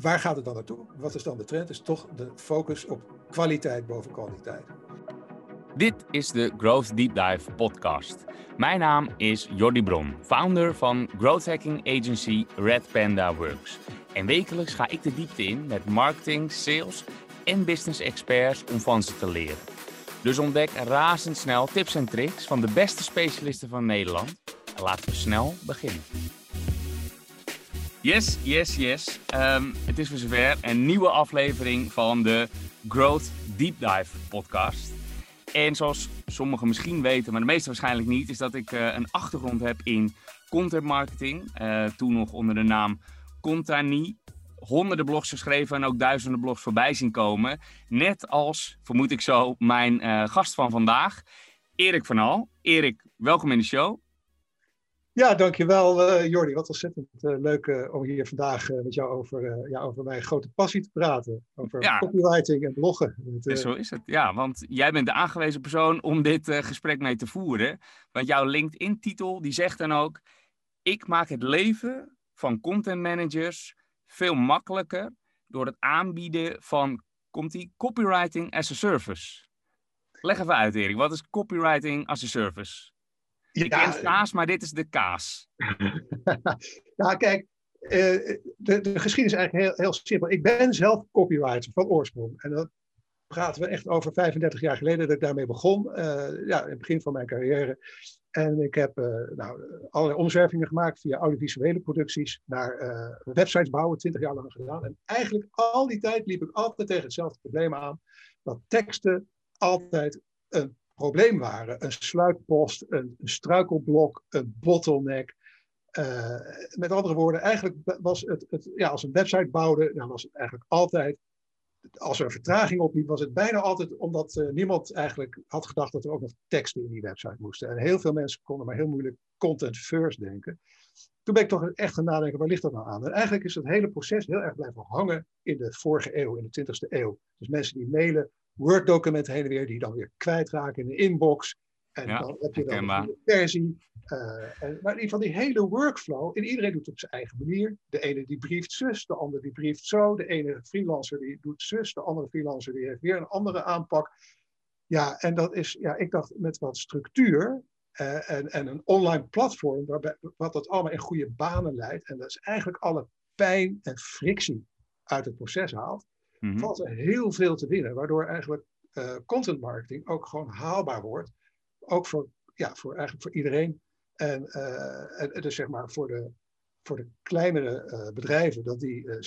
waar gaat het dan naartoe? Wat is dan de trend? Is toch de focus op kwaliteit boven kwantiteit. Dit is de Growth Deep Dive podcast. Mijn naam is Jordi Bron, founder van growth hacking agency Red Panda Works. En wekelijks ga ik de diepte in met marketing, sales en business experts om van ze te leren. Dus ontdek razendsnel tips en tricks van de beste specialisten van Nederland. En laten we snel beginnen. Yes. Het is weer zover. Een nieuwe aflevering van de Growth Deep Dive podcast. En zoals sommigen misschien weten, maar de meesten waarschijnlijk niet, is dat ik een achtergrond heb in content marketing. Toen nog onder de naam Contani. Honderden blogs geschreven en ook duizenden blogs voorbij zien komen. Net als, vermoed ik zo, mijn gast van vandaag, Erik van Al. Erik, welkom in de show. Ja, dankjewel Jordi. Wat ontzettend leuk om hier vandaag met jou over mijn grote passie te praten. Over copywriting en bloggen. Zo is het, ja. Want jij bent de aangewezen persoon om dit gesprek mee te voeren. Want jouw LinkedIn-titel die zegt dan ook: ik maak het leven van content managers veel makkelijker door het aanbieden van, copywriting as a service. Leg even uit, Erik. Wat is copywriting as a service? Ik ken kaas, maar dit is de kaas. Nou, kijk, de geschiedenis is eigenlijk heel simpel. Ik ben zelf copywriter van oorsprong. En dan praten we echt over 35 jaar geleden dat ik daarmee begon. In het begin van mijn carrière. En ik heb allerlei omzwervingen gemaakt via audiovisuele producties naar websites bouwen, 20 jaar lang gedaan. En eigenlijk al die tijd liep ik altijd tegen hetzelfde probleem aan. Dat teksten altijd een probleem waren. Een sluitpost, een struikelblok, een bottleneck. Met andere woorden, eigenlijk was het als een website bouwde, dan was het eigenlijk altijd, als er een vertraging opliep, was het bijna altijd omdat niemand eigenlijk had gedacht dat er ook nog teksten in die website moesten. En heel veel mensen konden maar heel moeilijk content first denken. Toen ben ik toch echt gaan nadenken, waar ligt dat nou aan? En eigenlijk is het hele proces heel erg blijven hangen in de vorige eeuw, in de 20e eeuw. Dus mensen die mailen Word-documenten heen en weer, die dan weer kwijtraken in de inbox. En dan heb je dan een versie. Maar in ieder geval die hele workflow, en iedereen doet het op zijn eigen manier. De ene die brieft zus, de andere die brieft zo. De ene freelancer die doet zus, de andere freelancer die heeft weer een andere aanpak. Ja, en dat is, ik dacht met wat structuur en een online platform, wat dat allemaal in goede banen leidt. En dat is eigenlijk alle pijn en frictie uit het proces haalt. Valt er heel veel te winnen, waardoor eigenlijk content marketing ook gewoon haalbaar wordt. Ook voor iedereen. En dus zeg maar voor de kleinere bedrijven, dat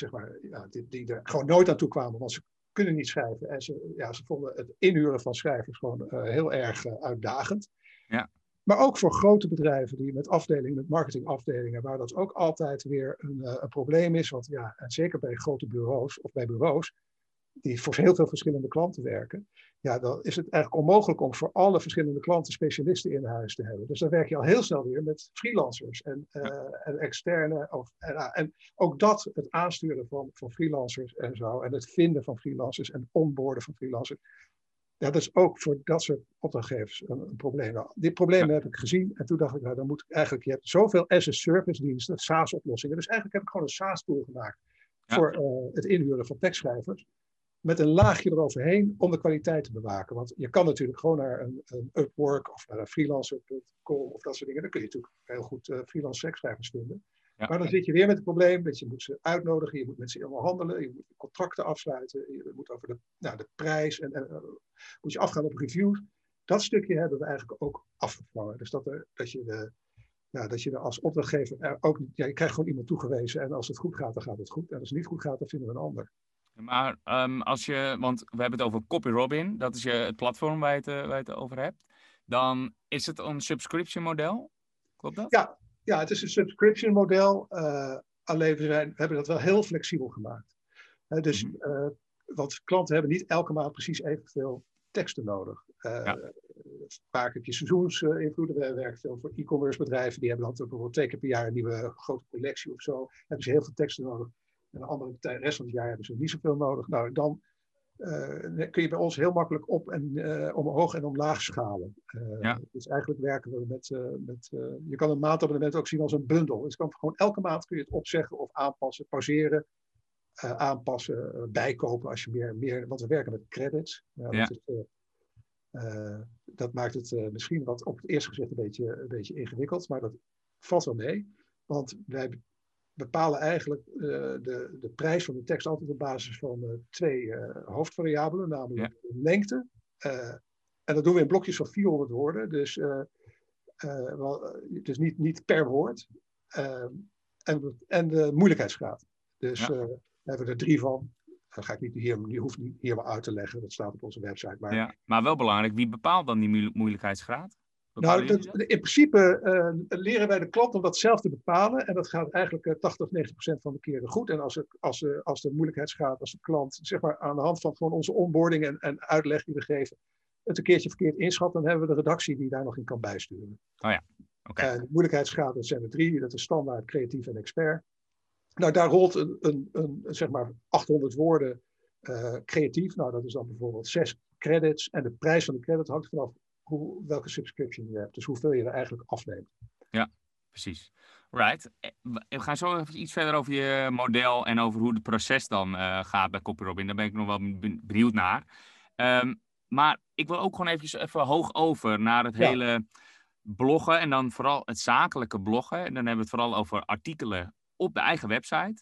die er gewoon nooit aan toe kwamen, want ze kunnen niet schrijven. En ze vonden het inhuren van schrijvers gewoon heel erg uitdagend. Ja. Maar ook voor grote bedrijven die met marketingafdelingen, waar dat ook altijd weer een probleem is. Want en zeker bij grote bureaus of bij bureaus die voor heel veel verschillende klanten werken, dan is het eigenlijk onmogelijk om voor alle verschillende klanten specialisten in huis te hebben. Dus dan werk je al heel snel weer met freelancers en externe. En ook het aansturen van freelancers en zo, en het vinden van freelancers en onboarden van freelancers. Ja, dat is ook voor dat soort opdrachtgevers een probleem. Nou, dit probleem heb ik gezien en toen dacht ik, dan moet ik eigenlijk, je hebt zoveel as-a-service diensten, SaaS-oplossingen. Dus eigenlijk heb ik gewoon een SaaS-tool gemaakt voor het inhuren van tekstschrijvers. Met een laagje eroverheen om de kwaliteit te bewaken. Want je kan natuurlijk gewoon naar een Upwork of naar een freelancer.com of dat soort dingen. Dan kun je natuurlijk heel goed freelance tekstschrijvers vinden. Ja. Maar dan zit je weer met het probleem dat je moet ze uitnodigen, je moet met ze onderhandelen, je moet contracten afsluiten, je moet over de prijs en moet je afgaan op reviews. Dat stukje hebben we eigenlijk ook afgevangen. Dus dat je er als opdrachtgever ook, je krijgt gewoon iemand toegewezen en als het goed gaat, dan gaat het goed. En als het niet goed gaat, dan vinden we een ander. Maar want we hebben het over CopyRobin, dat is het platform waar je het over hebt. Dan is het een subscription model, klopt dat? Ja, het is een subscription model, alleen we hebben dat wel heel flexibel gemaakt. Want klanten hebben niet elke maand precies evenveel teksten nodig. Vaak heb je seizoensinvloeden. We werken veel voor e-commerce bedrijven, die hebben dan bijvoorbeeld 2 keer per jaar een nieuwe grote collectie of zo. Hebben ze heel veel teksten nodig. En de rest van het jaar hebben ze niet zoveel nodig. Nou, dan kun je bij ons heel makkelijk omhoog en omlaag schalen. Dus eigenlijk werken we met je kan een maandabonnement ook zien als een bundel. Dus elke maand kun je het opzeggen of aanpassen, pauzeren. aanpassen, bijkopen als je meer. Want we werken met credits. Ja. Dat maakt het misschien wat op het eerste gezicht een beetje ingewikkeld, maar dat valt wel mee. Want wij bepalen eigenlijk de prijs van de tekst altijd op basis van 2 hoofdvariabelen, namelijk de lengte. En dat doen we in blokjes van 400 woorden, dus niet per woord. En de moeilijkheidsgraad. Dus we hebben er 3 van. Dat ga ik die hoef niet hier maar uit te leggen. Dat staat op onze website. Maar wel belangrijk, wie bepaalt dan die moeilijkheidsgraad? In principe leren wij de klant om dat zelf te bepalen. En dat gaat eigenlijk 80-90% van de keren goed. En als de moeilijkheidsgraad, als de klant zeg maar, aan de hand van gewoon onze onboarding en uitleg die we geven, het een keertje verkeerd inschat, dan hebben we de redactie die daar nog in kan bijsturen. Oh ja, oké. De moeilijkheidsgraad, dat zijn er 3. Dat is standaard, creatief en expert. Nou, daar rolt een zeg maar 800 woorden creatief. Nou, dat is dan bijvoorbeeld 6 credits. En de prijs van de credit hangt vanaf welke subscription je hebt. Dus hoeveel je er eigenlijk afneemt. Ja, precies. Right. We gaan zo even iets verder over je model en over hoe het proces dan gaat bij CopyRobin. Daar ben ik nog wel benieuwd naar. Maar ik wil ook gewoon even hoog over naar het hele bloggen. En dan vooral het zakelijke bloggen. En dan hebben we het vooral over artikelen op de eigen website.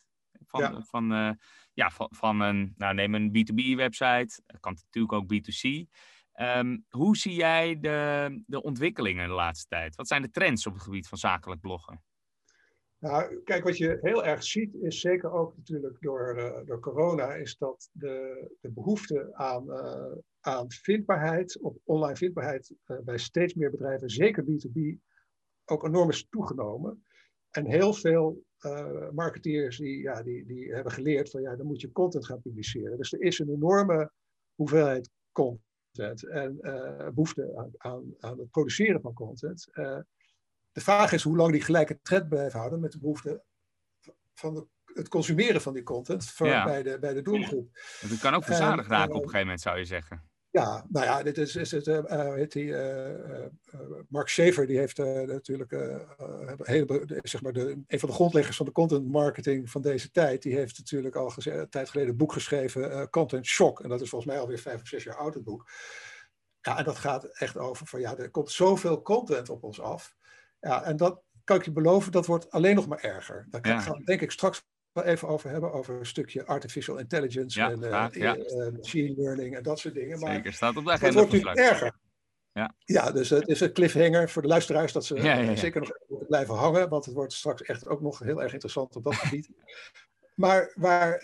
Neem een B2B-website. Dat kan natuurlijk ook B2C. Hoe zie jij de ontwikkelingen de laatste tijd? Wat zijn de trends op het gebied van zakelijk bloggen? Nou, kijk, wat je heel erg ziet is zeker ook natuurlijk door corona, is dat de behoefte aan vindbaarheid, op online vindbaarheid bij steeds meer bedrijven, zeker B2B, ook enorm is toegenomen. En heel veel marketeers die hebben geleerd van dan moet je content gaan publiceren. Dus er is een enorme hoeveelheid content en behoefte aan het produceren van content. De vraag is hoe lang die gelijke trend blijft houden met de behoefte van het consumeren van die content bij de doelgroep. Het kan ook verzadigd raken op een gegeven moment, zou je zeggen. Ja, nou ja, dit is het. Mark Schaefer, die heeft natuurlijk een van de grondleggers van de content marketing van deze tijd. Die heeft natuurlijk al een tijd geleden een boek geschreven, Content Shock. En dat is volgens mij alweer 5 of 6 jaar oud, het boek. Ja, en dat gaat echt over van er komt zoveel content op ons af. Ja, en dat kan ik je beloven, dat wordt alleen nog maar erger. Daar gaan we denk ik straks wel even over hebben, over een stukje artificial intelligence en machine learning en dat soort dingen. Maar zeker, staat op de agenda. Het wordt natuurlijk erger. Ja, dus het is een cliffhanger voor de luisteraars dat ze zeker nog even blijven hangen, want het wordt straks echt ook nog heel erg interessant op dat gebied. Maar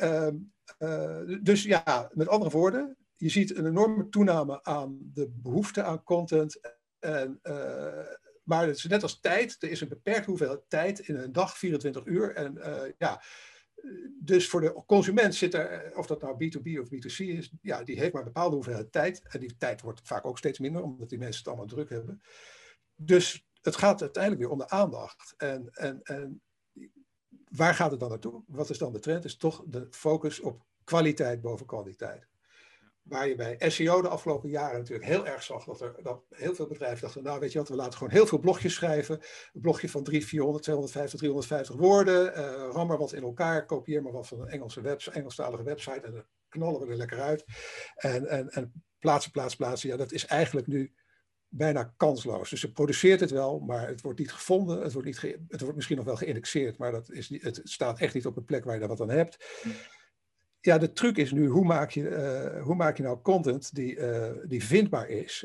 dus met andere woorden, je ziet een enorme toename aan de behoefte aan content. Maar het is net als tijd. Er is een beperkt hoeveelheid tijd in een dag, 24 uur. En dus voor de consument zit er, of dat nou B2B of B2C is, die heeft maar een bepaalde hoeveelheid tijd. En die tijd wordt vaak ook steeds minder, omdat die mensen het allemaal druk hebben. Dus het gaat uiteindelijk weer om de aandacht. En waar gaat het dan naartoe? Wat is dan de trend? Is toch de focus op kwaliteit boven kwantiteit. Waar je bij SEO de afgelopen jaren natuurlijk heel erg zag dat heel veel bedrijven dachten, nou weet je wat, we laten gewoon heel veel blogjes schrijven. Een blogje van 300, 400, 250, 350 woorden. Ram maar wat in elkaar, kopieer maar wat van een Engelstalige website en dan knallen we er lekker uit. En plaatsen. Ja, dat is eigenlijk nu bijna kansloos. Dus ze produceert het wel, maar het wordt niet gevonden. Het wordt misschien nog wel geïndexeerd, maar het staat echt niet op een plek waar je daar wat aan hebt. Ja, de truc is nu, hoe maak je nou content die vindbaar is?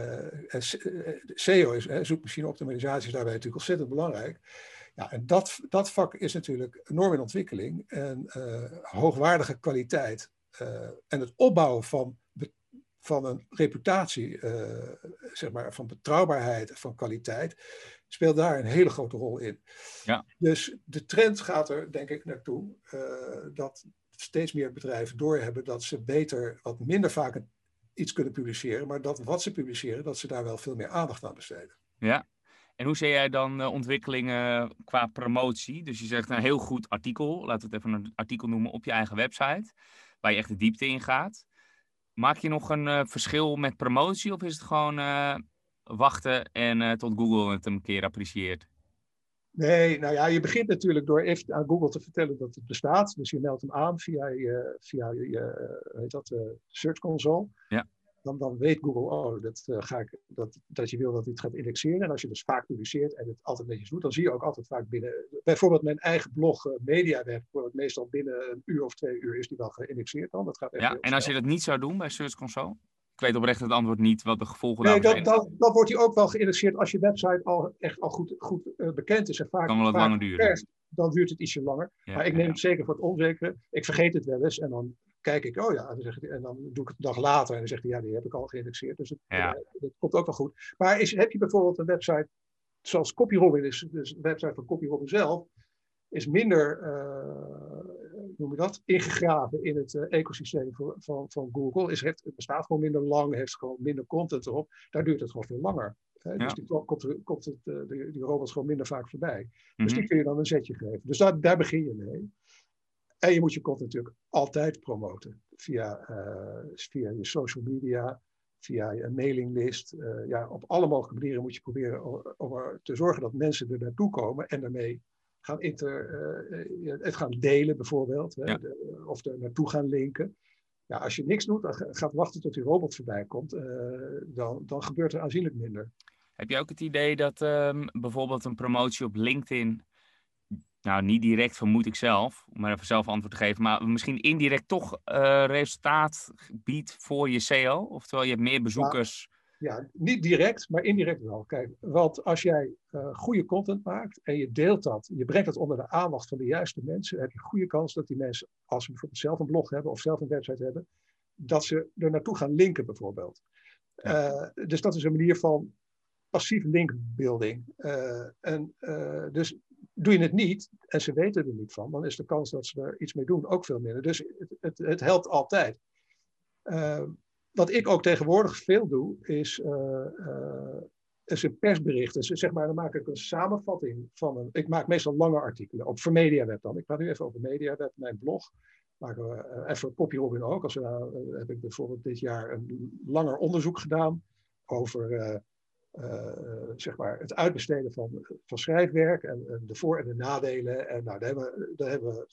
SEO zoekmachine optimalisatie is daarbij natuurlijk ontzettend belangrijk. Ja, en dat vak is natuurlijk enorm in ontwikkeling. En hoogwaardige kwaliteit en het opbouwen van een reputatie, van betrouwbaarheid, van kwaliteit, speelt daar een hele grote rol in. Ja. Dus de trend gaat er, denk ik, naartoe dat steeds meer bedrijven doorhebben dat ze wat minder vaak iets kunnen publiceren, maar dat wat ze publiceren, dat ze daar wel veel meer aandacht aan besteden. Ja, en hoe zie jij dan ontwikkelingen qua promotie? Dus je zegt een heel goed artikel, laten we het even een artikel noemen, op je eigen website, waar je echt de diepte in gaat. Maak je nog een verschil met promotie of is het gewoon wachten en tot Google het een keer apprecieert? Nee, nou ja, je begint natuurlijk door even aan Google te vertellen dat het bestaat. Dus je meldt hem aan via je heet dat, Search Console. Ja. Dan weet Google, dat je wil dat dit gaat indexeren. En als je dus vaak publiceert en het altijd netjes doet, dan zie je ook altijd vaak binnen, bijvoorbeeld mijn eigen blog MediaWeb, meestal binnen een uur of 2 uur is die wel geïndexeerd dan. Dat gaat echt heel en als je snel. dat niet zou doen bij Search Console? Ik weet oprecht het antwoord niet wat de gevolgen Nee, daarvan zijn. dan wordt hij ook wel geïndexeerd als je website al goed bekend is. En vaak Kan wel wat langer duren. Dan duurt het ietsje langer. Maar ik neem het zeker voor het onzekere. Ik vergeet het wel eens en dan kijk ik, en dan doe ik het een dag later en dan zegt hij, ja, die heb ik al geïndexeerd. Dus dat komt ook wel goed. Maar heb je bijvoorbeeld een website zoals CopyRobin is, dus de website van CopyRobin zelf, is minder, ingegraven in het ecosysteem van Google. Het bestaat gewoon minder lang, heeft gewoon minder content erop. Daar duurt het gewoon veel langer. Dus die robots gewoon minder vaak voorbij. Dus die kun je dan een zetje geven. Dus daar begin je mee. En je moet je content natuurlijk altijd promoten. Via je social media, via je mailinglist. Op alle mogelijke manieren moet je proberen om er te zorgen dat mensen er naartoe komen en daarmee het gaan delen bijvoorbeeld. Ja. Of er naartoe gaan linken. Ja, als je niks doet, dan gaat wachten tot die robot voorbij komt. Dan gebeurt er aanzienlijk minder. Heb je ook het idee dat bijvoorbeeld een promotie op LinkedIn, nou niet direct vermoed ik zelf, om maar even zelf antwoord te geven, maar misschien indirect toch resultaat biedt voor je SEO? Oftewel je hebt meer bezoekers. Ja, niet direct, maar indirect wel. Kijk, want als jij goede content maakt en je deelt dat, je brengt het onder de aandacht van de juiste mensen, heb je goede kans dat die mensen, als ze bijvoorbeeld zelf een blog hebben of zelf een website hebben, dat ze er naartoe gaan linken bijvoorbeeld. Ja. Dus dat is een manier van passief linkbuilding. Dus doe je het niet en ze weten er niet van, dan is de kans dat ze er iets mee doen ook veel minder. Dus het helpt altijd. Wat ik ook tegenwoordig veel doe, is een persbericht. Dus zeg maar, dan maak ik een samenvatting van ik maak meestal lange artikelen, voor MediaWeb dan. Ik praat nu even over MediaWeb, mijn blog. Maken we even CopyRobin ook. Heb ik bijvoorbeeld dit jaar een langer onderzoek gedaan over zeg maar het uitbesteden van schrijfwerk en de voor- en de nadelen. En nou, daar hebben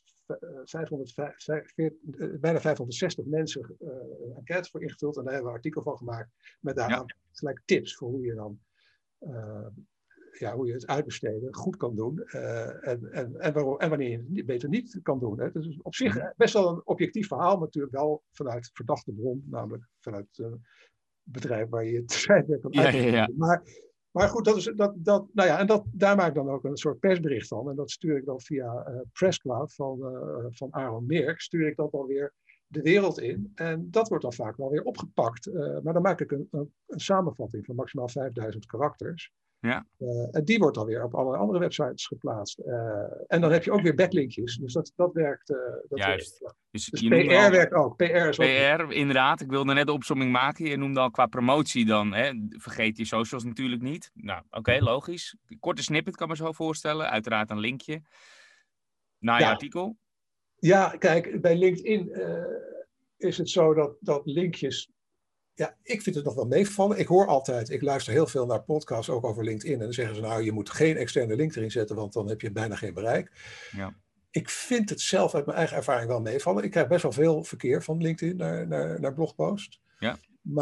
we bijna 560 mensen een enquête voor ingevuld en daar hebben we een artikel van gemaakt met daaraan gelijk tips voor hoe je dan hoe je het uitbesteden goed kan doen en wanneer je het beter niet kan doen. Hè. Dus op zich best wel een objectief verhaal, maar natuurlijk wel vanuit verdachte bron, namelijk vanuit bedrijf waar je het schrijfwerk kan uitbesteden. Maar goed, daar maak ik dan ook een soort persbericht van. En dat stuur ik dan via Presscloud van Aaron Merk, stuur ik dat dan weer de wereld in. En dat wordt dan vaak wel weer opgepakt. Maar dan maak ik een samenvatting van maximaal 5000 karakters. Ja. En die wordt dan weer op allerlei andere websites geplaatst. En dan heb je ook weer backlinkjes. Dus dat werkt. Juist. Dus PR werkt ook. PR is ook. Inderdaad. Ik wilde net de opsomming maken. Je noemde al qua promotie dan. Vergeet je socials natuurlijk niet. Nou, oké, logisch. Korte snippet kan me zo voorstellen. Uiteraard een linkje naar je artikel. Ja, kijk, bij LinkedIn is het zo dat linkjes. Ja, ik vind het nog wel meevallen. Ik luister heel veel naar podcasts, ook over LinkedIn. En dan zeggen ze, nou, je moet geen externe link erin zetten, want dan heb je bijna geen bereik. Ja. Ik vind het zelf uit mijn eigen ervaring wel meevallen. Ik krijg best wel veel verkeer van LinkedIn naar blogpost. Ja.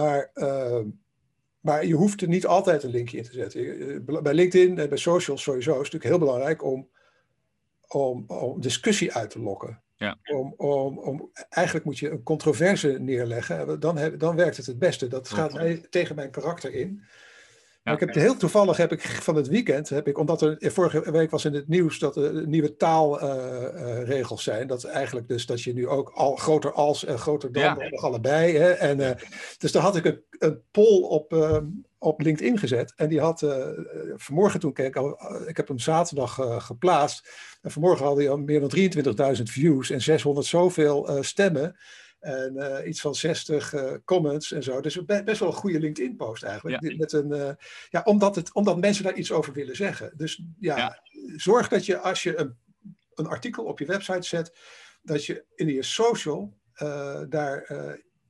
Maar je hoeft er niet altijd een linkje in te zetten. Bij LinkedIn en bij socials sowieso is het natuurlijk heel belangrijk om discussie uit te lokken. Ja. Eigenlijk moet je een controverse neerleggen. Dan werkt het beste. Dat gaat tegen mijn karakter in. Maar toevallig heb ik van het weekend, omdat er vorige week was in het nieuws dat er nieuwe taalregels zijn. Dat eigenlijk dus dat je nu ook groter als en groter dan nog allebei. Hè? Dus daar had ik een poll op LinkedIn gezet. En die had vanmorgen toen ik heb hem zaterdag geplaatst. En vanmorgen had hij al meer dan 23.000 views en 600 zoveel stemmen. En iets van 60 comments en zo. Dus best wel een goede LinkedIn-post eigenlijk. Ja. Omdat mensen daar iets over willen zeggen. Dus zorg dat je als je een artikel op je website zet, dat je in je social daar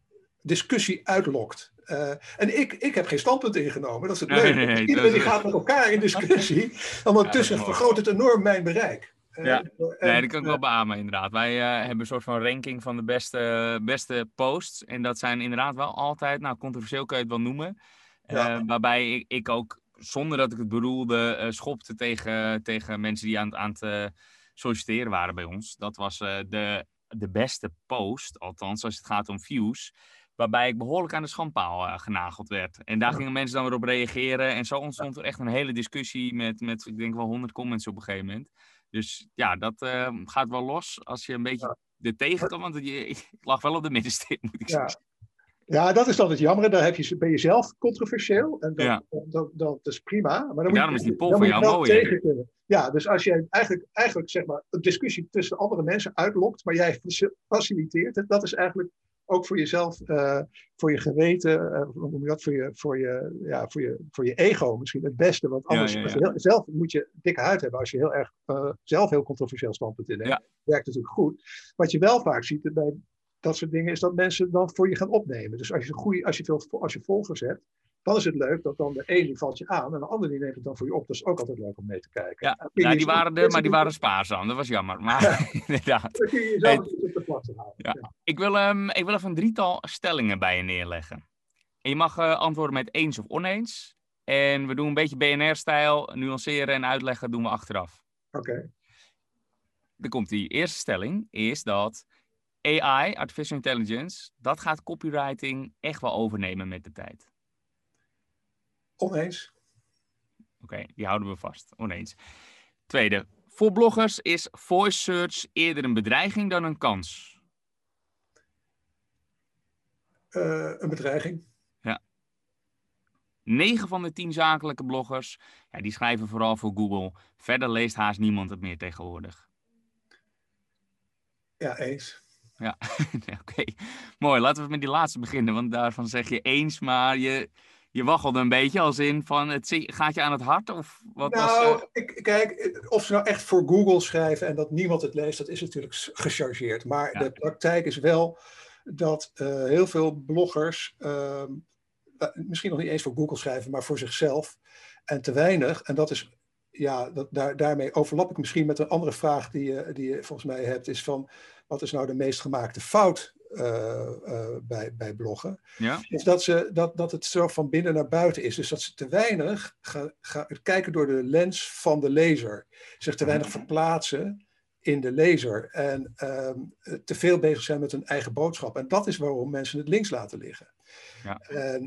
discussie uitlokt. En ik heb geen standpunt ingenomen. Dat is het leuke. Nee, iedereen die gaat met elkaar in discussie. Ondertussen vergroot het enorm mijn bereik. Nee, dat kan ik wel beamen inderdaad. Wij hebben een soort van ranking van de beste posts. En dat zijn inderdaad wel altijd, controversieel kan je het wel noemen. Waarbij ik ook, zonder dat ik het bedoelde, schopte tegen mensen die aan het solliciteren waren bij ons. Dat was de beste post, althans als het gaat om views. Waarbij ik behoorlijk aan de schandpaal genageld werd. En daar gingen mensen dan weer op reageren. En zo ontstond er echt een hele discussie met ik denk wel 100 comments op een gegeven moment. Dus ja, dat gaat wel los als je een beetje er tegen kan. Want ik lag wel op de middenstip, moet ik zeggen. Ja, dat is dan het jammer. Daar ben je zelf controversieel. En dat is prima. Maar daarom is die poll voor jou mooi. Tegen kunnen. Ja, dus als jij eigenlijk zeg maar een discussie tussen andere mensen uitlokt, maar jij faciliteert het, dat is eigenlijk ook voor jezelf, voor je geweten, hoe noem je dat, voor je ego misschien het beste. Want anders, zelf moet je dikke huid hebben als je heel erg zelf heel controversieel standpunt inneemt. Ja. Werkt natuurlijk goed. Wat je wel vaak ziet bij dat soort dingen is dat mensen dan voor je gaan opnemen. Dus als je volgers hebt, dan is het leuk dat dan de een die valt je aan en de ander die neemt het dan voor je op. Dat is ook altijd leuk om mee te kijken. Ja, die waren er, maar die waren spaarzaam. Dat was jammer. Maar inderdaad. Dan kun je jezelf op de plaats houden. Ja. Ik wil even een 3-tal stellingen bij je neerleggen. En je mag antwoorden met eens of oneens. En we doen een beetje BNR-stijl. Nuanceren en uitleggen doen we achteraf. Oké. Dan komt die eerste stelling. Is dat AI, Artificial Intelligence, dat gaat copywriting echt wel overnemen met de tijd. Oneens. Oké, die houden we vast. Oneens. Tweede. Voor bloggers is voice search eerder een bedreiging dan een kans. Een bedreiging. Ja. 9 van de 10 zakelijke bloggers, die schrijven vooral voor Google. Verder leest haast niemand het meer tegenwoordig. Ja, eens. Ja, oké. Mooi, laten we met die laatste beginnen. Want daarvan zeg je eens, maar je waggelde een beetje als in van, gaat je aan het hart? Of wat kijk, of ze nou echt voor Google schrijven en dat niemand het leest, dat is natuurlijk gechargeerd. Maar de praktijk is wel dat heel veel bloggers, misschien nog niet eens voor Google schrijven, maar voor zichzelf. En te weinig, en dat is, daarmee overlap ik misschien met een andere vraag die je volgens mij hebt, is van, wat is nou de meest gemaakte fout bij bloggen? Ja. Is dat het zo van binnen naar buiten is. Dus dat ze te weinig kijken door de lens van de lezer. Zich te weinig verplaatsen in de lezer. En te veel bezig zijn met hun eigen boodschap. En dat is waarom mensen het links laten liggen. Ja.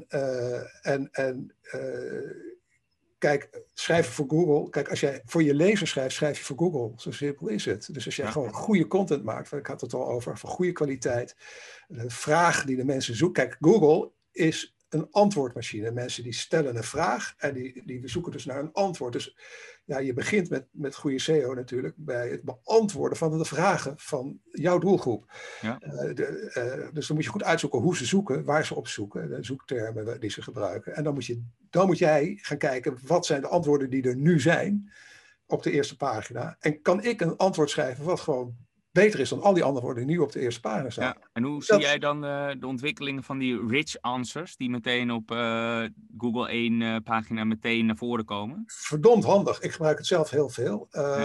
Kijk, schrijven voor Google. Kijk, als jij voor je lezer schrijft, schrijf je voor Google. Zo simpel is het. Dus als jij gewoon goede content maakt, ik had het al over, van goede kwaliteit, de vraag die de mensen zoeken. Kijk, Google is een antwoordmachine. Mensen die stellen een vraag en die zoeken dus naar een antwoord. Dus je begint met goede SEO natuurlijk bij het beantwoorden van de vragen van jouw doelgroep. Ja. Dus dan moet je goed uitzoeken hoe ze zoeken, waar ze op zoeken, de zoektermen die ze gebruiken. En dan moet jij gaan kijken, wat zijn de antwoorden die er nu zijn op de eerste pagina. En kan ik een antwoord schrijven wat gewoon beter is dan al die antwoorden die nu op de eerste pagina staan. Ja, en hoe zie jij dan de ontwikkelingen van die rich answers die meteen op Google 1 pagina meteen naar voren komen? Verdomd handig. Ik gebruik het zelf heel veel.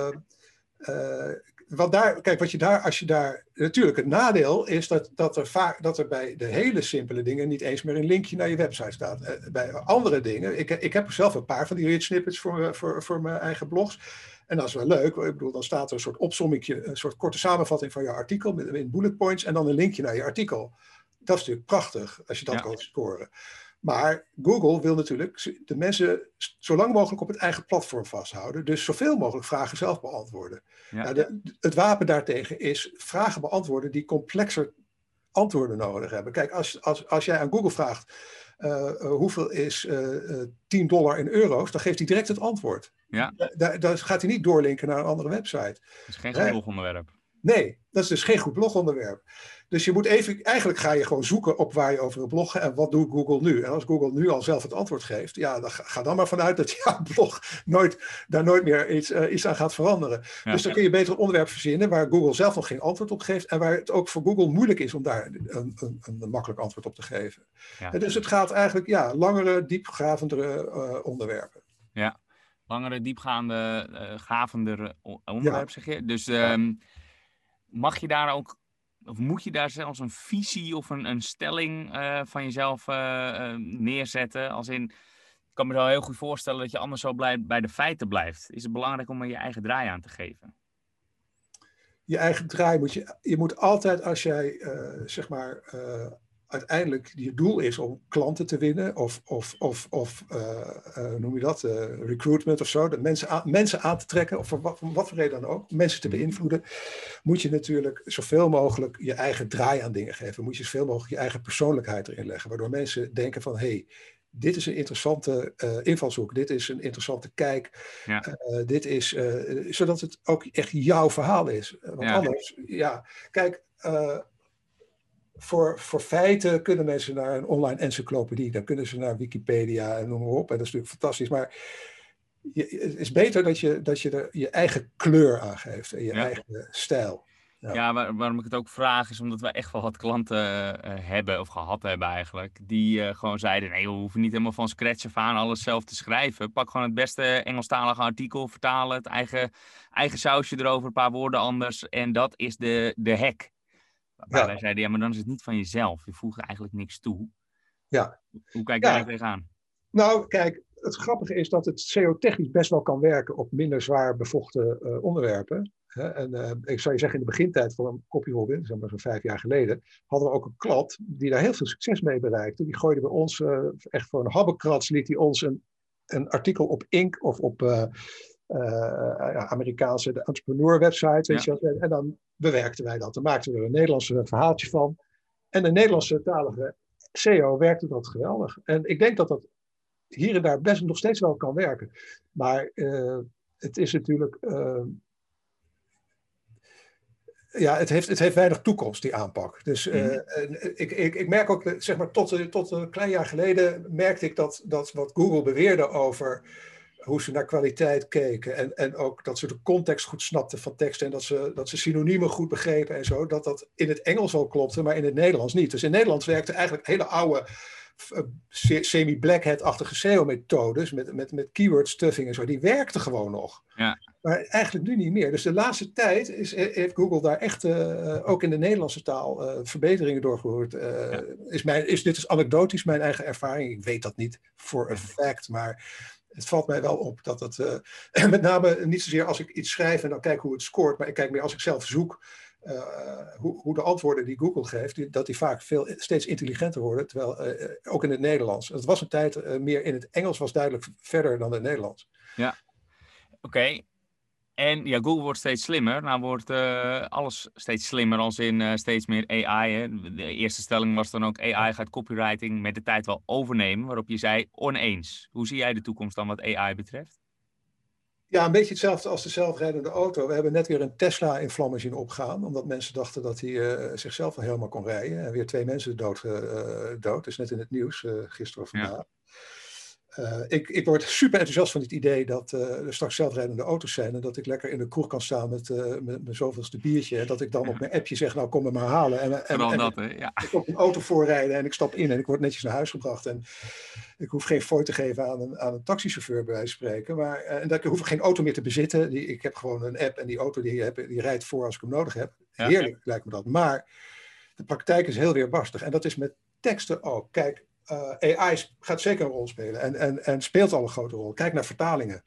Natuurlijk, het nadeel is dat er bij de hele simpele dingen niet eens meer een linkje naar je website staat. Bij andere dingen, ik heb zelf een paar van die rich snippets voor mijn eigen blogs. En dat is wel leuk. Ik bedoel, dan staat er een soort opsommingje, een soort korte samenvatting van je artikel met bullet points en dan een linkje naar je artikel. Dat is natuurlijk prachtig als je dat kan scoren. Maar Google wil natuurlijk de mensen zo lang mogelijk op het eigen platform vasthouden. Dus zoveel mogelijk vragen zelf beantwoorden. Ja. Het wapen daartegen is vragen beantwoorden die complexer antwoorden nodig hebben. Kijk, als jij aan Google vraagt hoeveel is $10 in euro's, dan geeft hij direct het antwoord. Ja. Daar gaat hij niet doorlinken naar een andere website. Dat is geen gevolgonderwerp. Nee, dat is dus geen goed blogonderwerp. Dus je moet eigenlijk ga je gewoon zoeken op waar je over wil bloggen en wat doet Google nu. En als Google nu al zelf het antwoord geeft, ja, dan ga dan maar vanuit dat jouw blog daar nooit meer iets aan gaat veranderen. Ja. Dus dan kun je beter een onderwerp verzinnen waar Google zelf nog geen antwoord op geeft en waar het ook voor Google moeilijk is om daar een makkelijk antwoord op te geven. Ja. En dus het gaat eigenlijk, langere, diepgravendere onderwerpen. Ja, langere, diepgaande, gavendere onderwerp, zeg je. Dus mag je daar ook, of moet je daar zelfs een visie of een stelling van jezelf neerzetten? Als in, ik kan me zo heel goed voorstellen dat je anders zo bij de feiten blijft. Is het belangrijk om er je eigen draai aan te geven? Je eigen draai je moet altijd, als jij uiteindelijk je doel is om klanten te winnen of noem je dat, recruitment of zo, mensen aan te trekken of voor wat voor reden dan ook, mensen te beïnvloeden, moet je natuurlijk zoveel mogelijk je eigen draai aan dingen geven. Moet je zoveel mogelijk je eigen persoonlijkheid erin leggen, waardoor mensen denken van, hey, dit is een interessante invalshoek, dit is een interessante kijk, dit is, zodat het ook echt jouw verhaal is. Want anders, kijk, voor feiten kunnen mensen naar een online encyclopedie, dan kunnen ze naar Wikipedia en noem maar op. En dat is natuurlijk fantastisch, maar het is beter dat je er je eigen kleur aan geeft en je eigen stijl. Ja, waarom ik het ook vraag is omdat we echt wel wat klanten hebben, of gehad hebben eigenlijk, die gewoon zeiden, nee, we hoeven niet helemaal van scratch af aan alles zelf te schrijven. Pak gewoon het beste Engelstalige artikel, vertaal het, eigen sausje erover, een paar woorden anders en dat is de hack. Wij zeiden, maar dan is het niet van jezelf. Je voegt eigenlijk niks toe. Ja. Hoe kijk jij daar tegenaan? Nou, kijk, het grappige is dat het SEO-technisch best wel kan werken op minder zwaar bevochten onderwerpen. En ik zou je zeggen, in de begintijd van CopyRobin, zeg maar zo'n 5 jaar geleden, hadden we ook een klant die daar heel veel succes mee bereikte. Die gooide bij ons, echt voor een habbekrats, liet hij ons een artikel op Inc. of op Amerikaanse entrepreneur website, weet je wel. En dan bewerkten wij dat. Dan maakten we er een Nederlandse verhaaltje van. En de Nederlandse talige SEO werkte dat geweldig. En ik denk dat dat hier en daar best nog steeds wel kan werken. Maar het is natuurlijk... het heeft weinig toekomst, die aanpak. Dus ik merk ook, zeg maar, tot een klein jaar geleden merkte ik dat wat Google beweerde over hoe ze naar kwaliteit keken en ook dat ze de context goed snapten van teksten en dat ze synoniemen goed begrepen en zo, dat in het Engels wel klopte, maar in het Nederlands niet. Dus in het Nederlands werkte eigenlijk hele oude semi-black hat-achtige SEO-methodes met keyword stuffing en zo, die werkten gewoon nog. Ja. Maar eigenlijk nu niet meer. Dus de laatste tijd heeft Google daar echt ook in de Nederlandse taal verbeteringen doorgevoerd. Dit is anekdotisch mijn eigen ervaring. Ik weet dat niet voor een fact, maar het valt mij wel op dat het met name niet zozeer als ik iets schrijf en dan kijk hoe het scoort, maar ik kijk meer als ik zelf zoek hoe de antwoorden die Google geeft, dat die vaak steeds intelligenter worden, terwijl ook in het Nederlands. Het was een tijd meer in het Engels, was duidelijk verder dan in het Nederlands. Ja, oké. En Google wordt steeds slimmer. Nou wordt alles steeds slimmer als in steeds meer AI. Hè. De eerste stelling was dan ook AI gaat copywriting met de tijd wel overnemen. Waarop je zei oneens. Hoe zie jij de toekomst dan wat AI betreft? Ja, een beetje hetzelfde als de zelfrijdende auto. We hebben net weer een Tesla in vlammen zien opgaan. Omdat mensen dachten dat hij zichzelf wel helemaal kon rijden. En weer 2 mensen dood. Dat is net in het nieuws, gisteren of vandaag. Ik word super enthousiast van het idee dat er straks zelfrijdende auto's zijn. En dat ik lekker in de kroeg kan staan met mijn zoveelste biertje. En dat ik dan op mijn appje zeg, nou kom me maar halen. Ik op een auto voorrijden en ik stap in en ik word netjes naar huis gebracht. En ik hoef geen fooi te geven aan een taxichauffeur bij wijze van spreken. En ik hoef geen auto meer te bezitten. Ik heb gewoon een app en die auto die rijdt voor als ik hem nodig heb. Heerlijk lijkt me dat. Maar de praktijk is heel weerbarstig. En dat is met teksten ook. Kijk, AI gaat zeker een rol spelen en speelt al een grote rol. Kijk naar vertalingen.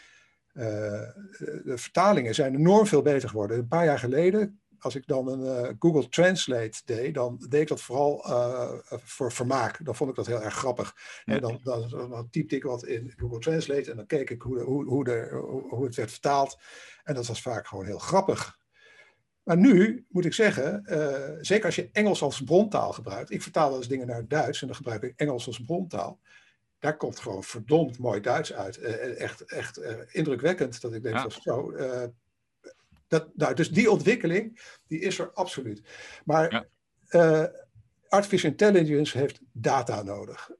De vertalingen zijn enorm veel beter geworden. Een paar jaar geleden, als ik dan een Google Translate deed, dan deed ik dat vooral voor vermaak. Dan vond ik dat heel erg grappig. Ja. En dan typte ik wat in Google Translate en dan keek ik hoe het werd vertaald. En dat was vaak gewoon heel grappig. Maar nu moet ik zeggen, zeker als je Engels als brontaal gebruikt. Ik vertaal wel eens dingen naar het Duits en dan gebruik ik Engels als brontaal. Daar komt gewoon verdomd mooi Duits uit. Echt indrukwekkend dat ik denk van zo. Dus die ontwikkeling, die is er absoluut. Maar Ja. Artificial intelligence heeft data nodig.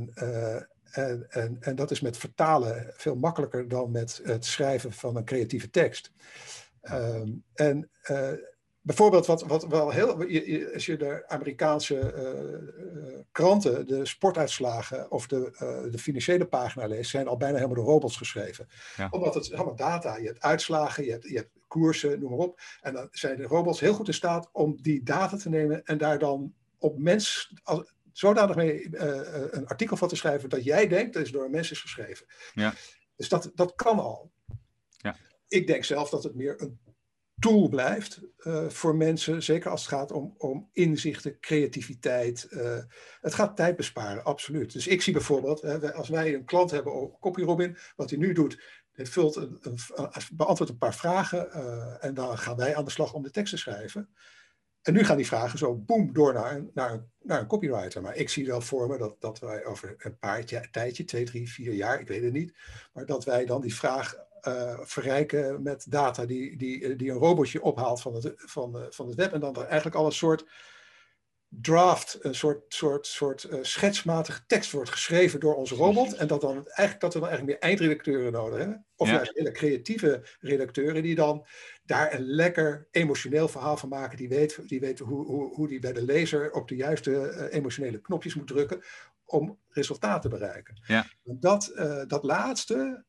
En dat is met vertalen veel makkelijker dan met het schrijven van een creatieve tekst. Bijvoorbeeld wat wel heel... Als je de Amerikaanse kranten, de sportuitslagen of de financiële pagina leest, zijn al bijna helemaal door robots geschreven. Ja. Omdat het allemaal data, je hebt uitslagen, je hebt koersen, noem maar op. En dan zijn de robots heel goed in staat om die data te nemen en daar dan op zodanig mee een artikel van te schrijven dat jij denkt dat het door een mens is geschreven. Ja. Dus dat kan al. Ja. Ik denk zelf dat het meer een tool blijft voor mensen, zeker als het gaat om inzichten, creativiteit. Het gaat tijd besparen, absoluut. Dus ik zie bijvoorbeeld, als wij een klant hebben op CopyRobin, wat hij nu doet, hij beantwoordt een paar vragen en dan gaan wij aan de slag om de tekst te schrijven. En nu gaan die vragen zo boem door naar een copywriter. Maar ik zie wel voor me dat wij over een tijdje, 2, 3, 4 jaar, ik weet het niet, maar dat wij dan die vraag verrijken met data die een robotje ophaalt van het web en dan er eigenlijk al een soort draft, een soort schetsmatige tekst wordt geschreven door onze robot en dat we dan eigenlijk meer eindredacteuren nodig hebben. Of juist hele creatieve redacteuren die dan daar een lekker emotioneel verhaal van maken. Die weten hoe die bij de lezer op de juiste emotionele knopjes moet drukken om resultaten te bereiken. Ja. Dat laatste,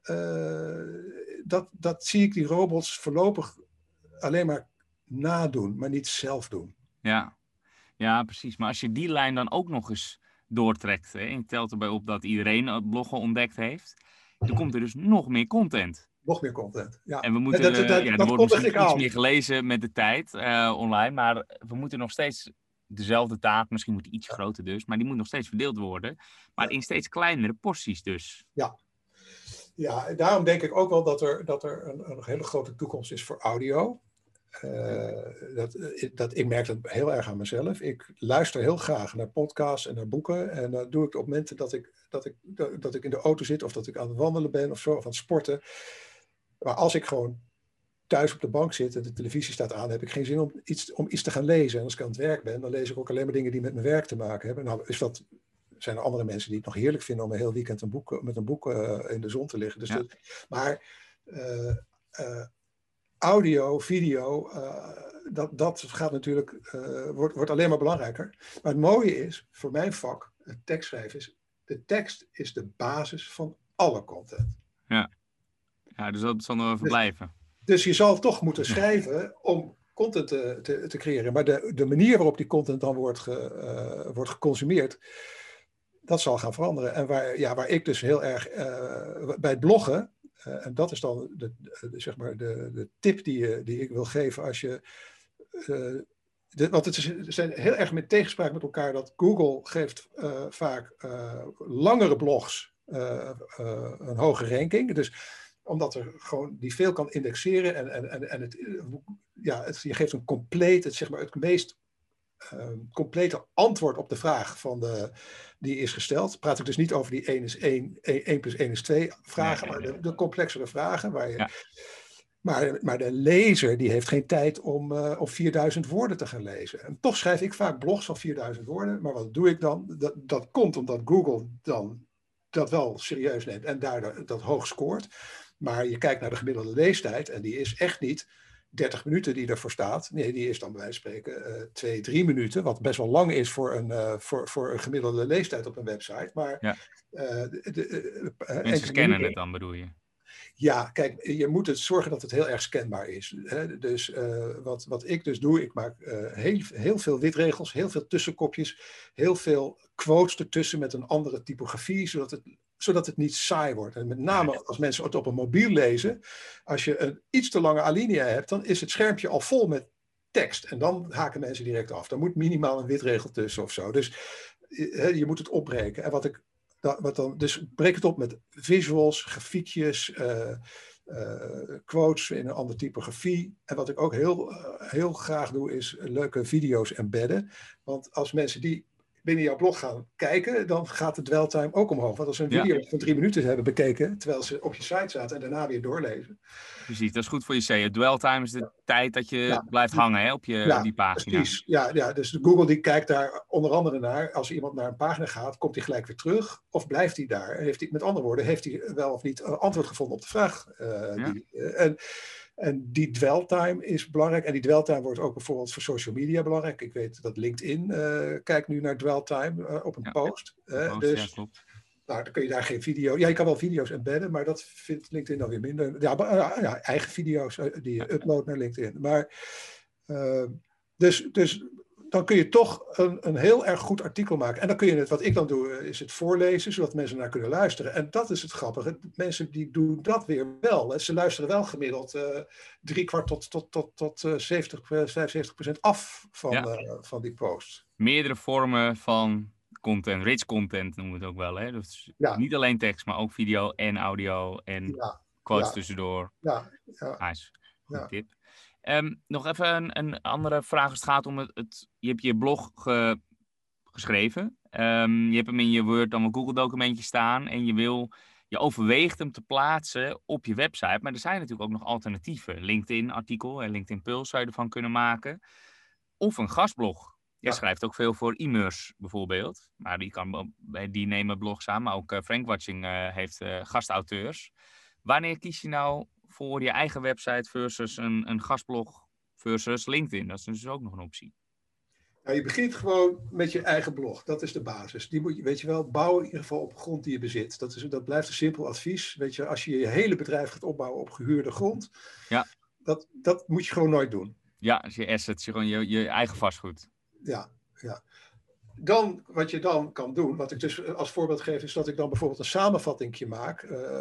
dat zie ik die robots voorlopig alleen maar nadoen, maar niet zelf doen. Ja, precies. Maar als je die lijn dan ook nog eens doortrekt, en je telt erbij op dat iedereen het bloggen ontdekt heeft, dan komt er dus nog meer content. Nog meer content, ja. En we moeten, er wordt misschien iets meer gelezen met de tijd online, maar we moeten nog steeds dezelfde taak, misschien moet die iets groter dus, maar die moet nog steeds verdeeld worden, maar in steeds kleinere porties dus. Ja, daarom denk ik ook wel dat er een hele grote toekomst is voor audio. Ik merk dat heel erg aan mezelf. Ik luister heel graag naar podcasts en naar boeken. En dat doe ik op momenten dat ik in de auto zit of dat ik aan het wandelen ben of zo, of aan het sporten. Maar als ik gewoon thuis op de bank zit en de televisie staat aan, heb ik geen zin om iets te gaan lezen. En als ik aan het werk ben, dan lees ik ook alleen maar dingen die met mijn werk te maken hebben. Nou, zijn er andere mensen die het nog heerlijk vinden om een heel weekend met een boek in de zon te liggen. Dus audio, video, dat gaat natuurlijk, wordt alleen maar belangrijker. Maar het mooie is, voor mijn vak, het tekstschrijven, de tekst is de basis van alle content. Ja, dus dat zal nog even blijven. Dus je zal toch moeten schrijven om content te creëren. Maar de manier waarop die content dan wordt geconsumeerd, dat zal gaan veranderen. En waar ik dus heel erg bij het bloggen, en dat is dan de tip die ik wil geven als je... want het zijn heel erg met tegenspraak met elkaar dat Google geeft vaak langere blogs een hoge ranking. Dus omdat er gewoon die veel kan indexeren en je geeft een compleet, het meest complete antwoord op de vraag die is gesteld. Praat ik dus niet over die 1 plus 1 is 2 vragen, maar de complexere vragen. Maar de lezer die heeft geen tijd om 4000 woorden te gaan lezen. En toch schrijf ik vaak blogs van 4000 woorden. Maar wat doe ik dan? Dat komt omdat Google dan dat wel serieus neemt en daardoor dat hoog scoort. Maar je kijkt naar de gemiddelde leestijd en die is echt niet 30 minuten die ervoor staat. Nee, die is dan bij wijze van spreken 2, 3 minuten. Wat best wel lang is voor een gemiddelde leestijd op een website. Maar mensen scannen het dan, bedoel je? Ja, kijk, je moet zorgen dat het heel erg scanbaar is. Hè? Dus wat ik dus doe, ik maak heel veel witregels, heel veel tussenkopjes, heel veel quotes ertussen met een andere typografie, zodat het niet saai wordt. En met name als mensen het op een mobiel lezen, als je een iets te lange alinea hebt, dan is het schermpje al vol met tekst. En dan haken mensen direct af. Dan moet minimaal een witregel tussen of zo. Dus je moet het opbreken. En dus breek het op met visuals, grafiekjes, quotes in een andere typografie. En wat ik ook heel graag doe, is leuke video's embedden. Want als mensen die binnen jouw blog gaan kijken, dan gaat de dweltime ook omhoog. Want als ze een video van 3 minuten hebben bekeken, terwijl ze op je site zaten en daarna weer doorlezen. Precies, dat is goed voor je SEO. Dwell time is de tijd dat je blijft hangen hè, op die pagina. Precies. Ja, dus Google die kijkt daar onder andere naar. Als iemand naar een pagina gaat, komt hij gelijk weer terug? Of blijft hij daar? Met andere woorden, heeft hij wel of niet antwoord gevonden op de vraag? En die dweltime is belangrijk. En die dweltime wordt ook bijvoorbeeld voor social media belangrijk. Ik weet dat LinkedIn kijkt nu naar dweltime op een post. Dus klopt. Nou, dan kun je daar geen video... Ja, je kan wel video's embedden, maar dat vindt LinkedIn dan weer minder. Ja, eigen video's die je uploadt naar LinkedIn. Maar dus dan kun je toch een heel erg goed artikel maken. En dan kun je wat ik dan doe, is het voorlezen, zodat mensen naar kunnen luisteren. En dat is het grappige. Mensen die doen dat weer wel. Ze luisteren wel gemiddeld 3/4 tot 75% af van die posts. Meerdere vormen van content, rich content noemen we het ook wel. Hè? Dus niet alleen tekst, maar ook video en audio en quotes tussendoor. Nice. Goed tip. Nog even een andere vraag als het gaat om je hebt je blog geschreven. Je hebt hem in je Word dan een Google documentje staan en je overweegt hem te plaatsen op je website. Maar er zijn natuurlijk ook nog alternatieven. LinkedIn artikel en LinkedIn Pulse zou je ervan kunnen maken. Of een gastblog. Jij schrijft ook veel voor e-mers bijvoorbeeld. Maar die nemen blogs aan. Maar ook Frankwatching heeft gastauteurs. Wanneer kies je nou voor je eigen website versus een gastblog versus LinkedIn? Dat is dus ook nog een optie. Nou, je begint gewoon met je eigen blog. Dat is de basis. Die moet je, weet je wel, bouwen in ieder geval op grond die je bezit. Dat blijft een simpel advies. Weet je, als je je hele bedrijf gaat opbouwen op gehuurde grond, dat moet je gewoon nooit doen. Ja, als je assets, gewoon je eigen vastgoed. Ja. Dan, wat je dan kan doen, wat ik dus als voorbeeld geef, is dat ik dan bijvoorbeeld een samenvattingje maak.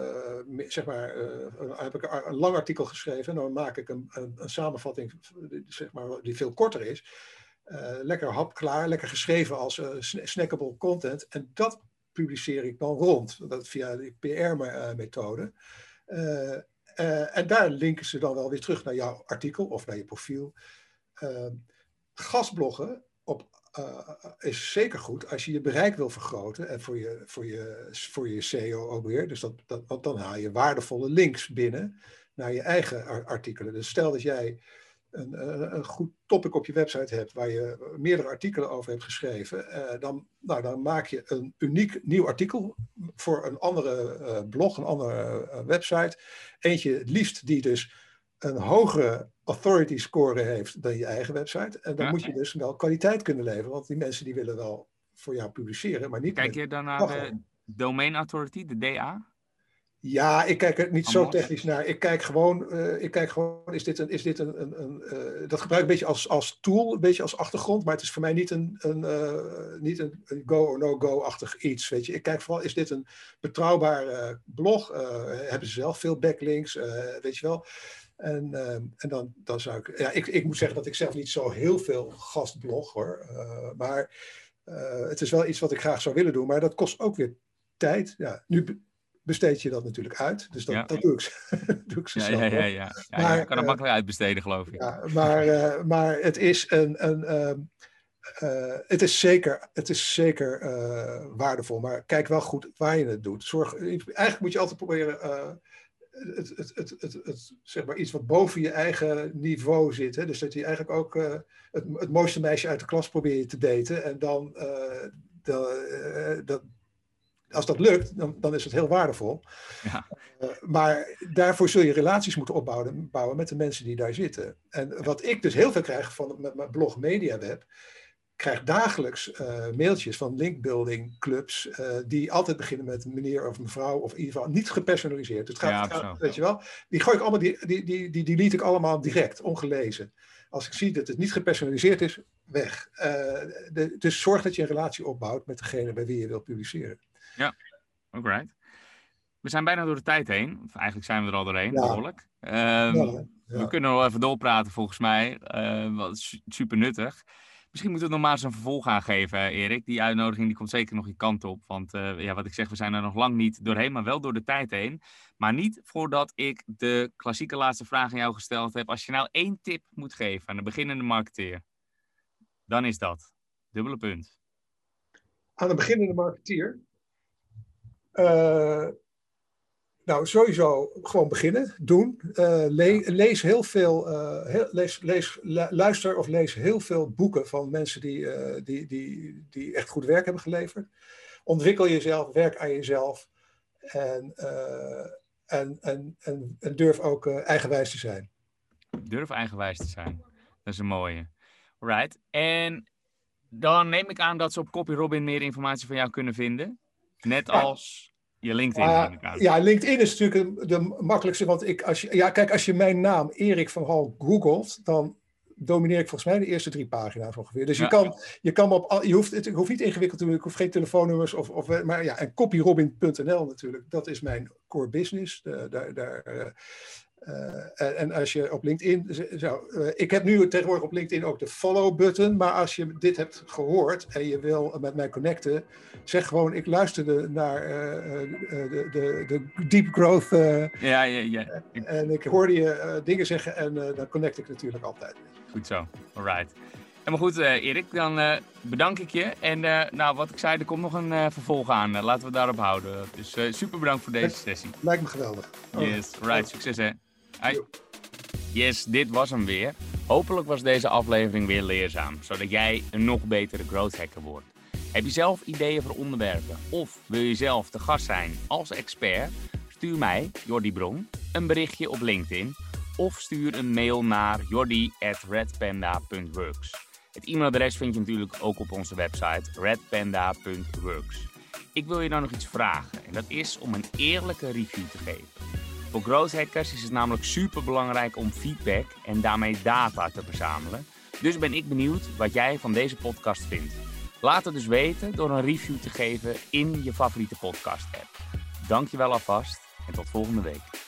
Heb ik een lang artikel geschreven en dan maak ik een samenvatting die veel korter is. Lekker hapklaar, lekker geschreven als snackable content. En dat publiceer ik dan rond, via de PR-methode. En daar linken ze dan wel weer terug naar jouw artikel of naar je profiel. Gastbloggen is zeker goed als je je bereik wil vergroten en voor je SEO ook weer. Dus want dan haal je waardevolle links binnen naar je eigen artikelen. Dus stel dat jij een goed topic op je website hebt waar je meerdere artikelen over hebt geschreven, dan maak je een uniek nieuw artikel voor een andere blog, een andere website. Eentje het liefst die dus een hogere authority score heeft dan je eigen website. En dan moet je dus wel kwaliteit kunnen leveren, want die mensen die willen wel voor jou publiceren, maar niet... Kijk je dan naar de Domain Authority, de DA? Ja, ik kijk er niet zo technisch naar. Ik kijk gewoon, is dit dat gebruik ik een beetje als tool, een beetje als achtergrond, maar het is voor mij niet een go or no-go-achtig iets. Weet je. Ik kijk vooral, is dit een betrouwbare blog? Hebben ze zelf veel backlinks? Weet je wel? En dan zou ik... Ja, ik moet zeggen dat ik zelf niet zo heel veel gastblog, hoor. Maar het is wel iets wat ik graag zou willen doen. Maar dat kost ook weer tijd. Ja, nu besteed je dat natuurlijk uit. Dus dat doe ik ze zelf. Ja. Maar, je kan het makkelijk uitbesteden, geloof ik. Ja, maar het is het is zeker waardevol. Maar kijk wel goed waar je het doet. Eigenlijk moet je altijd proberen... zeg maar iets wat boven je eigen niveau zit. Hè? Dus dat je eigenlijk ook het mooiste meisje uit de klas probeert te daten. En dan, als dat lukt, dan is het heel waardevol. Ja. Maar daarvoor zul je relaties moeten opbouwen met de mensen die daar zitten. En wat ik dus heel veel krijg met mijn blog MediaWeb, krijg dagelijks mailtjes van linkbuilding clubs die altijd beginnen met meneer of mevrouw of in ieder geval niet gepersonaliseerd. Het gaat, weet je wel, die gooi ik allemaal, die delete ik allemaal direct, ongelezen. Als ik zie dat het niet gepersonaliseerd is, weg. Dus zorg dat je een relatie opbouwt met degene bij wie je wilt publiceren. Ja, alright. We zijn bijna door de tijd heen. Of eigenlijk zijn we er al doorheen, behoorlijk. We kunnen wel even doorpraten volgens mij. Super nuttig. Misschien moeten we nog maar eens een vervolg aangeven, Erik. Die uitnodiging die komt zeker nog je kant op. Want wat ik zeg, we zijn er nog lang niet doorheen, maar wel door de tijd heen. Maar niet voordat ik de klassieke laatste vraag aan jou gesteld heb. Als je nou 1 tip moet geven aan de beginnende marketeer, dan is dat. Dubbele punt. aan een beginnende marketeer? Nou, sowieso gewoon beginnen, doen. Lees heel veel, luister of lees heel veel boeken van mensen die echt goed werk hebben geleverd. Ontwikkel jezelf, werk aan jezelf en durf ook eigenwijs te zijn. Durf eigenwijs te zijn, dat is een mooie. Alright, en dan neem ik aan dat ze op CopyRobin meer informatie van jou kunnen vinden. Net als je LinkedIn, neem ik aan. Ja, LinkedIn is natuurlijk de makkelijkste. Want als je mijn naam Erik van Hal googelt, dan domineer ik volgens mij de eerste 3 pagina's ongeveer. Dus je hoeft niet ingewikkeld te doen. Ik hoef geen telefoonnummers. Maar ja, en copyrobin.nl natuurlijk. Dat is mijn core business. En als je op LinkedIn... ik heb nu tegenwoordig op LinkedIn ook de follow-button. Maar als je dit hebt gehoord en je wil met mij connecten... zeg gewoon, ik luisterde naar de Deep Growth. Ja. En ik hoorde je dingen zeggen en dan connect ik natuurlijk altijd. Goed zo, alright. En maar goed, Erik, dan bedank ik je. En wat ik zei, er komt nog een vervolg aan. Laten we het daarop houden. Dus super bedankt voor deze sessie. Lijkt me geweldig. Yes, right, succes hè. Hi. Yes, dit was hem weer. Hopelijk was deze aflevering weer leerzaam, zodat jij een nog betere growth hacker wordt. Heb je zelf ideeën voor onderwerpen of wil je zelf te gast zijn als expert? Stuur mij, Jordi Bron, een berichtje op LinkedIn of stuur een mail naar jordi@redpanda.works. Het e-mailadres vind je natuurlijk ook op onze website redpanda.works. Ik wil je dan nog iets vragen en dat is om een eerlijke review te geven. Voor growth hackers is het namelijk super belangrijk om feedback en daarmee data te verzamelen. Dus ben ik benieuwd wat jij van deze podcast vindt. Laat het dus weten door een review te geven in je favoriete podcast app. Dank je wel alvast en tot volgende week.